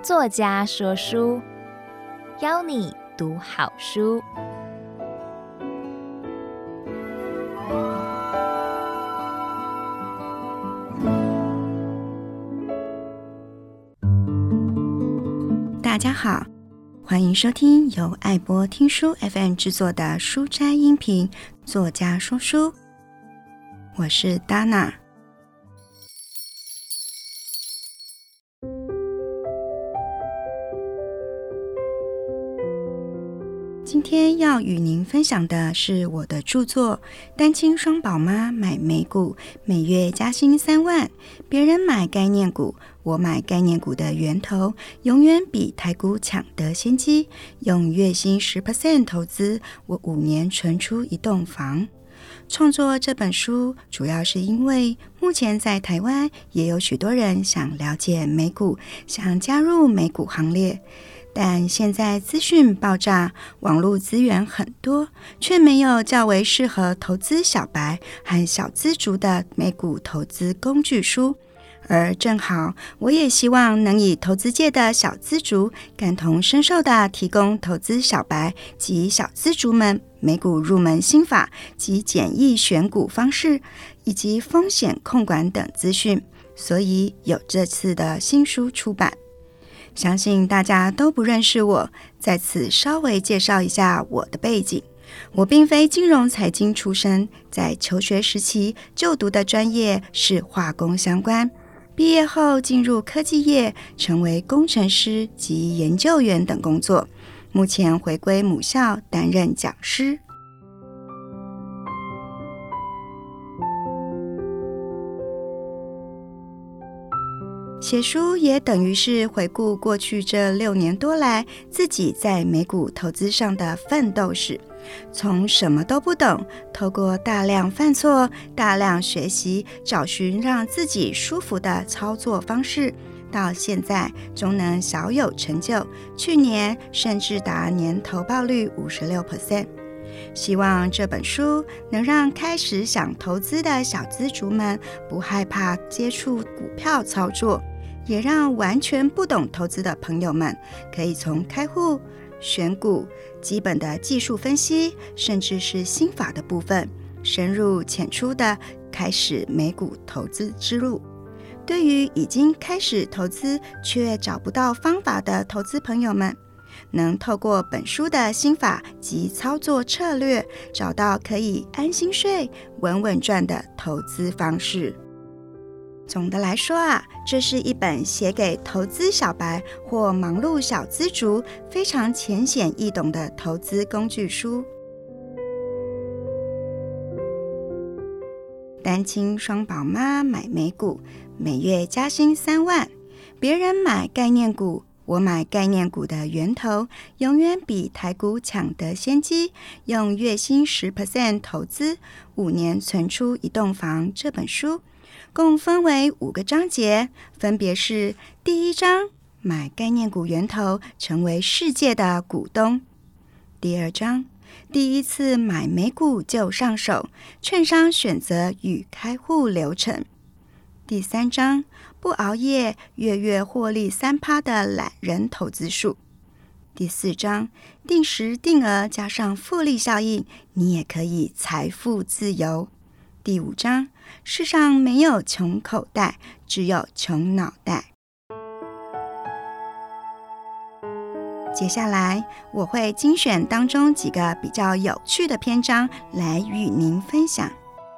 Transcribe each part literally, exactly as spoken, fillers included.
作家说书，邀你读好书。 大家好，欢迎收听由爱播听书 F M 制作的书斋音频作家说书，我是 Dana。今天要与您分享的是我的著作《单亲双宝妈买美股，每月加薪三万，别人买概念股，我买概念股的源头，永远比台股抢得先机，用月薪 百分之十 投资，我五年存出一栋房。创作这本书主要是因为目前在台湾也有许多人想了解美股，想加入美股行列，但现在资讯爆炸，网络资源很多，却没有较为适合投资小白和小资族的美股投资工具书。而正好我也希望能以投资界的小资族感同身受地提供投资小白及小资族们美股入门心法及简易选股方式，以及风险控管等资讯，所以有这次的新书出版。相信大家都不认识我，在此稍微介绍一下我的背景。我并非金融财经出身，在求学时期就读的专业是化工相关，毕业后进入科技业，成为工程师及研究员等工作，目前回归母校担任讲师。写书也等于是回顾过去这六年多来自己在美股投资上的奋斗史，从什么都不懂，透过大量犯错、大量学习，找寻让自己舒服的操作方式，到现在终能小有成就，去年甚至达年投报率 百分之五十六。希望这本书能让开始想投资的小资族们不害怕接触股票操作，也让完全不懂投资的朋友们可以从开户、选股、基本的技术分析，甚至是心法的部分，深入浅出的开始美股投资之路。对于已经开始投资却找不到方法的投资朋友们，能透过本书的心法及操作策略，找到可以安心睡、稳稳赚的投资方式。总的来说啊，这是一本写给投资小白或忙碌小资族非常浅显易懂的投资工具书。单亲双宝妈买美股，每月加薪三万，别人买概念股，我买概念股的源头，永远比台股抢得先机，用月薪 百分之十 投资，五年存出一栋房。这本书共分为五个章节，分别是第一章买概念股源头，成为世界的股东；第二章第一次买美股就上手，券商选择与开户流程；第三章不熬夜，月月获利 百分之三 的懒人投资术；第四章定时定额加上复利效应，你也可以财富自由；第五章世上没有穷口袋，只有穷脑袋。接下来我会精选当中几个比较有趣的篇章来与您分享。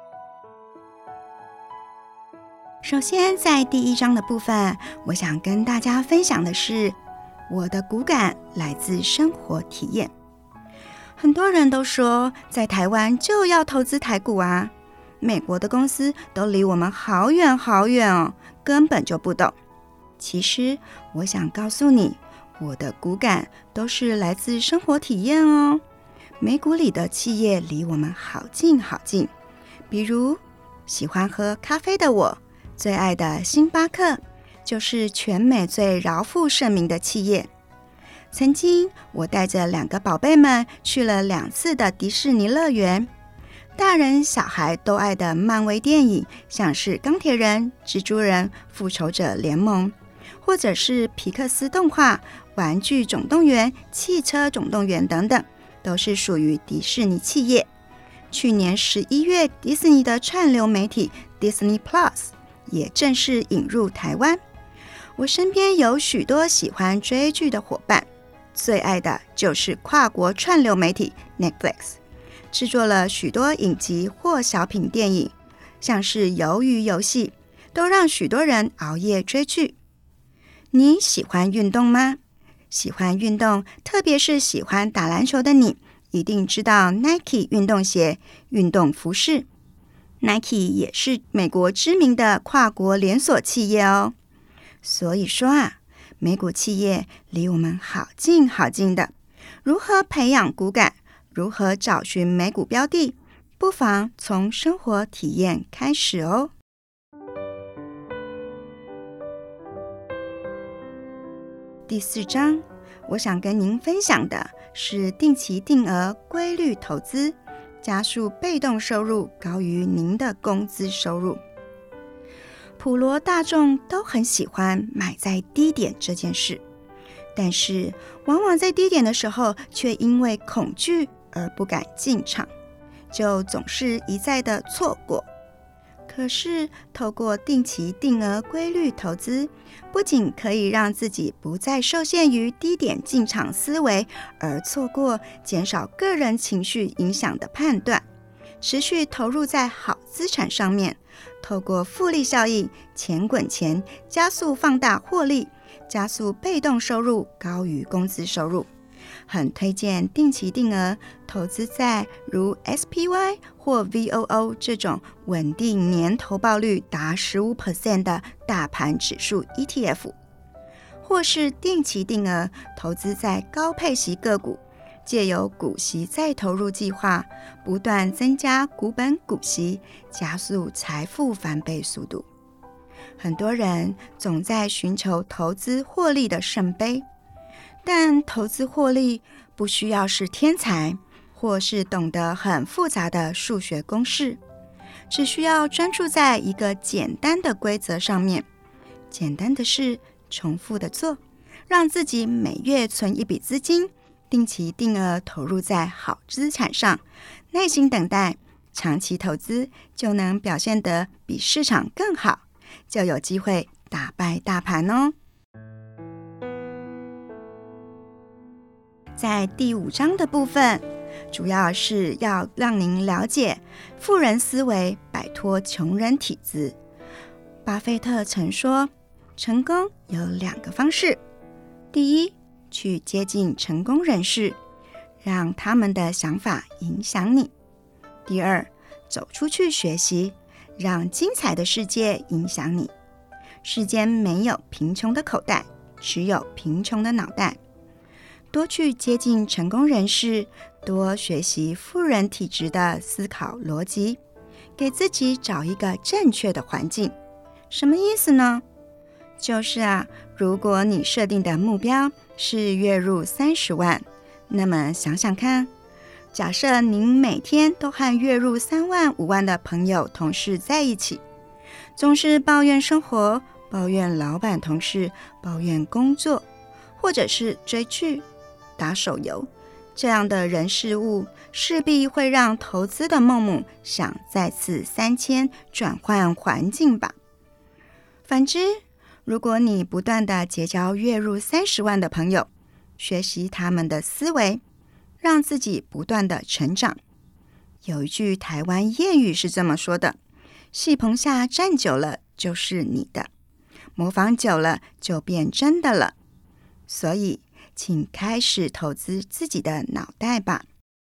首先在第一章的部分，我想跟大家分享的是我的股感来自生活体验。很多人都说在台湾就要投资台股啊，美国的公司都离我们好远好远哦，根本就不懂。其实我想告诉你，我的股感都是来自生活体验哦。美股里的企业离我们好近好近，比如喜欢喝咖啡的我，最爱的星巴克就是全美最饶富盛名的企业。曾经我带着两个宝贝们去了两次的迪士尼乐园，大人小孩都爱的漫威电影，像是钢铁人、蜘蛛人、复仇者联盟， 或者是皮克斯动画、玩具总动员、汽车总动员等等，都是属于迪士尼企业。去年十一月，迪士尼的串流媒体 Disney Plus 也正式引入台湾。我身边有许多喜欢追剧的伙伴，最爱的就是跨国串流媒体 Netflix， 制作了许多影集或小品电影，像是鱿鱼游戏，都让许多人熬夜追剧。你喜欢运动吗？喜欢运动，特别是喜欢打篮球的你，一定知道 Nike 运动鞋、运动服饰。Nike 也是美国知名的跨国连锁企业哦。所以说啊，美股企业离我们好近好近的。如何培养股感？如何找寻美股标的？不妨从生活体验开始哦。第四章，我想跟您分享的是定期定额规律投资，加速被动收入高于您的工资收入。普罗大众都很喜欢买在低点这件事，但是往往在低点的时候，却因为恐惧而不敢进场，就总是一再的错过。可是透过定期定额规律投资，不仅可以让自己不再受限于低点进场思维而错过，减少个人情绪影响的判断，持续投入在好资产上面，透过复利效应，钱滚钱，加速放大获利，加速被动收入高于工资收入。很推荐定期定额投资在如 S P Y 或 V O O 这种稳定年投报率达 百分之十五 的大盘指数 E T F， 或是定期定额投资在高配息个股，借由股息再投入计划，不断增加股本股息，加速财富翻倍速度。很多人总在寻求投资获利的圣杯，但投资获利不需要是天才，或是懂得很复杂的数学公式，只需要专注在一个简单的规则上面，简单的事重复的做，让自己每月存一笔资金，定期定额投入在好资产上，耐心等待，长期投资就能表现得比市场更好，就有机会打败大盘哦。在第五章的部分，主要是要让您了解富人思维，摆脱穷人体质。巴菲特曾说，成功有两个方式：第一，去接近成功人士，让他们的想法影响你；第二，走出去学习，让精彩的世界影响你。世间没有贫穷的口袋，只有贫穷的脑袋。多去接近成功人士，多学习富人体质的思考逻辑，给自己找一个正确的环境。什么意思呢？就是啊，如果你设定的目标是月入三十万，那么想想看，假设您每天都和月入三万、五万的朋友、同事在一起，总是抱怨生活，抱怨老板、同事，抱怨工作，或者是追剧、打手游，这样的人事物势必会让投资的梦母想再次三千转换环境吧。反之，如果你不断的结交月入三十万的朋友，学习他们的思维，让自己不断的成长。有一句台湾谚语是这么说的：戏棚下站久了就是你的，模仿久了就变真的了。所以请开始投资自己的脑袋吧。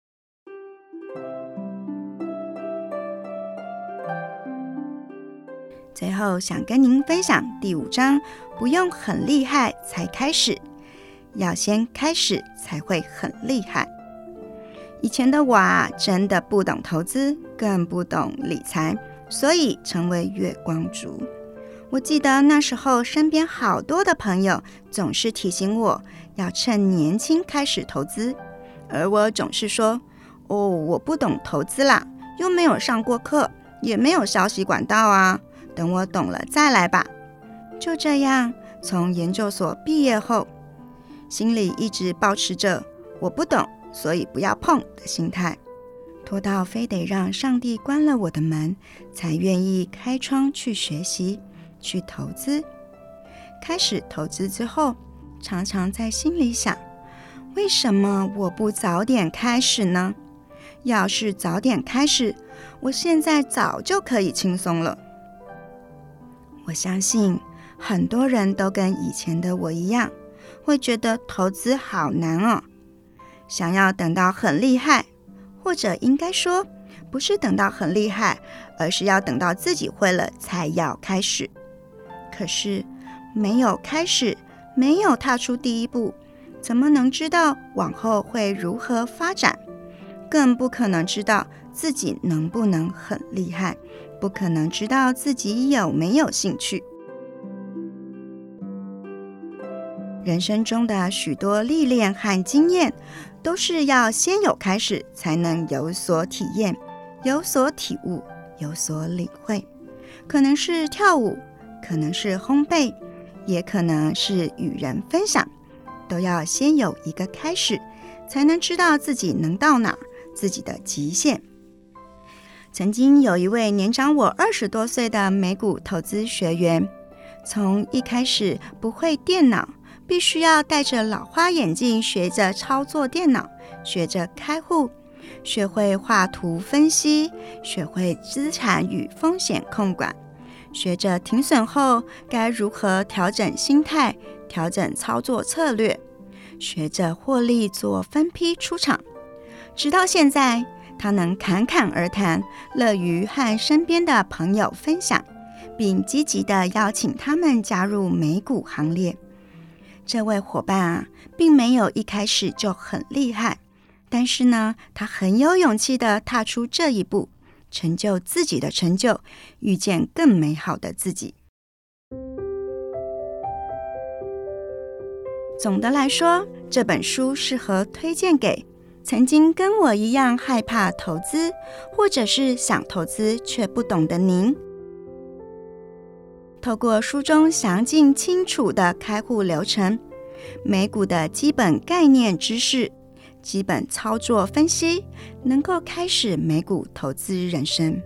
最后想跟您分享第五章，不用很厉害才开始，要先开始才会很厉害。以前的我啊，真的不懂投资，更不懂理财，所以成为月光族。我记得那时候身边好多的朋友总是提醒我要趁年轻开始投资，而我总是说，哦，我不懂投资啦，又没有上过课，也没有消息管道啊，等我懂了再来吧。就这样， 从研究所毕业后，心里一直抱持着我不懂，所以不要碰的心态，拖到非得让上帝关了我的门，才愿意开窗去学习，去投资。开始投资之后，常常在心里想，为什么我不早点开始呢？要是早点开始，我现在早就可以轻松了。我相信很多人都跟以前的我一样，会觉得投资好难哦，想要等到很厉害，或者应该说不是等到很厉害，而是要等到自己会了才要开始。可是没有开始，没有踏出第一步，怎么能知道往后会如何发展？更不可能知道自己能不能很厉害，不可能知道自己有没有兴趣。人生中的许多历练和经验，都是要先有开始，才能有所体验，有所体悟，有所领会。可能是跳舞，可能是烘焙，也可能是与人分享，都要先有一个开始，才能知道自己能到哪儿，自己的极限。曾经有一位年长我二十多岁的美股投资学员，从一开始不会电脑，必须要戴着老花眼镜学着操作电脑，学着开户，学会画图分析，学会资产与风险控管，学着停损后该如何调整心态，调整操作策略，学着获利做分批出场。直到现在，他能侃侃而谈，乐于和身边的朋友分享，并积极地邀请他们加入美股行列。这位伙伴啊，并没有一开始就很厉害，但是呢，他很有勇气地踏出这一步，成就自己的成就，遇见更美好的自己。总的来说，这本书适合推荐给曾经跟我一样害怕投资，或者是想投资却不懂的您。透过书中详尽清楚的开户流程、美股的基本概念知识、基本操作分析，能够开始美股投资人生。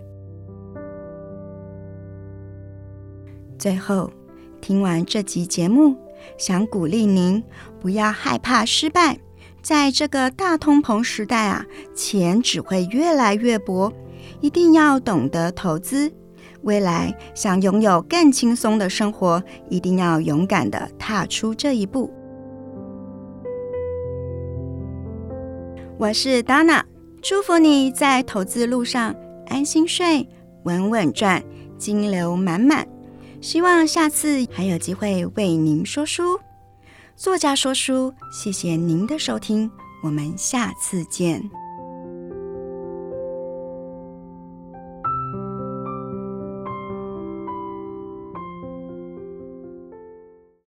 最后，听完这集节目，想鼓励您不要害怕失败。在这个大通膨时代啊，钱只会越来越薄，一定要懂得投资。未来想拥有更轻松的生活，一定要勇敢地踏出这一步。我是 Donna， 祝福你在投资路上安心睡，稳稳赚，金流满满。希望下次还有机会为您说书。作家说书，谢谢您的收听，我们下次见。